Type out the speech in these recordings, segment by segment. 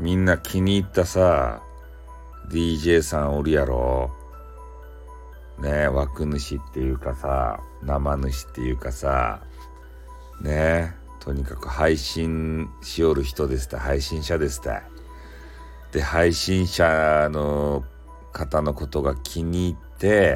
みんな気に入ったさ DJ さんおるやろね。枠主っていうかさ、生主っていうかさね、とにかく配信しおる人ですた、配信者ですた。で配信者の方のことが気に入って、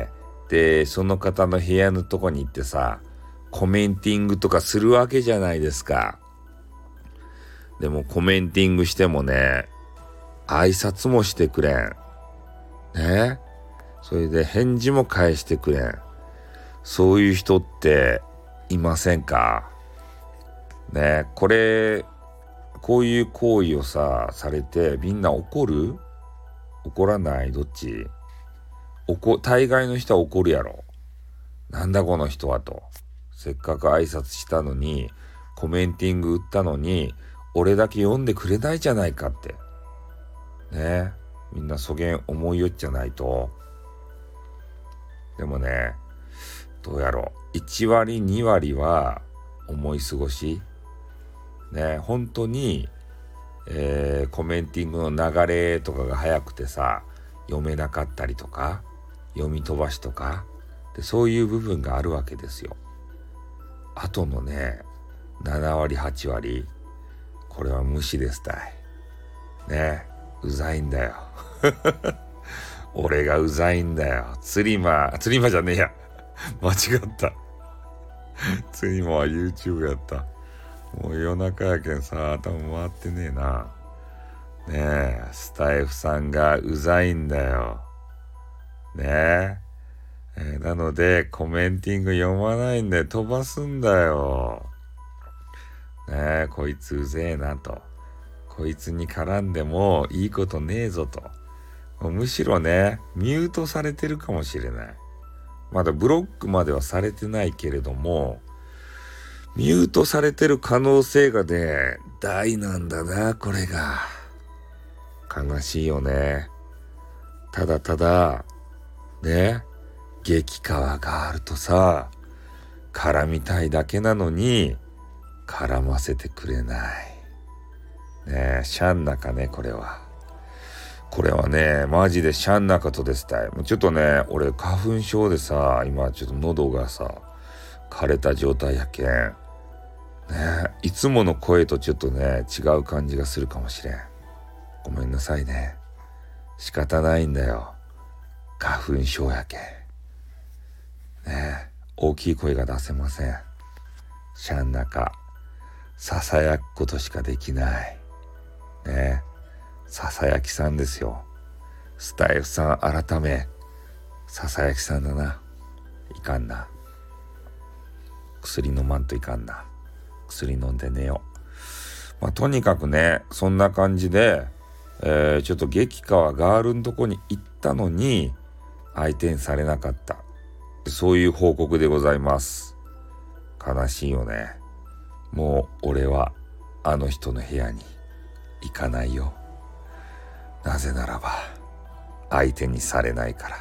でその方の部屋のとこに行ってさ、コメンティングとかするわけじゃないですか。でもコメンティングしてもね、挨拶もしてくれんね。それで返事も返してくれん。そういう人っていませんかね。こういう行為をされてみんな怒る？怒らない？どっち？大概の人は怒るやろ。なんだこの人はと。せっかく挨拶したのに、コメンティング打ったのに、俺だけ読んでくれないじゃないかって。ね。みんなそげん思いよっちゃないと。でもね、どうやろう。1割2割は思い過ごし。ね、本当に、コメンティングの流れとかが早くてさ、読めなかったりとか、読み飛ばしとかで、そういう部分があるわけですよ。あとのね、7割8割、これは無視ですたいね。うざいんだよ俺がうざいんだよ。釣り魔じゃねえや間違った釣り魔は YouTube やった。もう夜中やけんさ、頭回ってねえな。ねえ、スタイフさんがうざいんだよね。なのでコメンティング読まないんで飛ばすんだよね。え、こいつうぜえなと、こいつに絡んでもいいことねえぞと。むしろね、ミュートされてるかもしれない。まだブロックまではされてないけれども、ミュートされてる可能性がね、大なんだな、これが。悲しいよね。ただただね、激川があるとさ、絡みたいだけなのに絡ませてくれないね。シャンナカね、これはね、マジでシャンナカとですたい。もうちょっとね、俺花粉症でさ、今ちょっと喉がさ枯れた状態やけんね。いつもの声とちょっとね違う感じがするかもしれん。ごめんなさいね。仕方ないんだよ、花粉症やけんね。大きい声が出せません。シャンナカ、ささやくことしかできないね。ささやきさんですよ。スタイフさん改めささやきさんだな。いかんな、薬飲まんといかんな。薬飲んで寝よう。とにかくね、そんな感じで、ちょっと激川ガールのとこに行ったのに相手にされなかった、そういう報告でございます。悲しいよね。もう俺はあの人の部屋に行かないよ。なぜならば相手にされないから。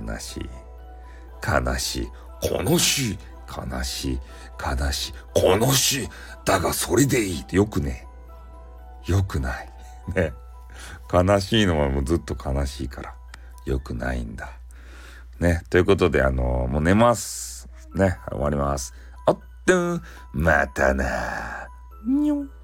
悲しい悲しい悲しい悲しい悲しい悲しい。だがそれでいいってよくね、よくないね。悲しいのはもうずっと悲しいからよくないんだね。ということでもう寝ますね。終わります。またなにょん。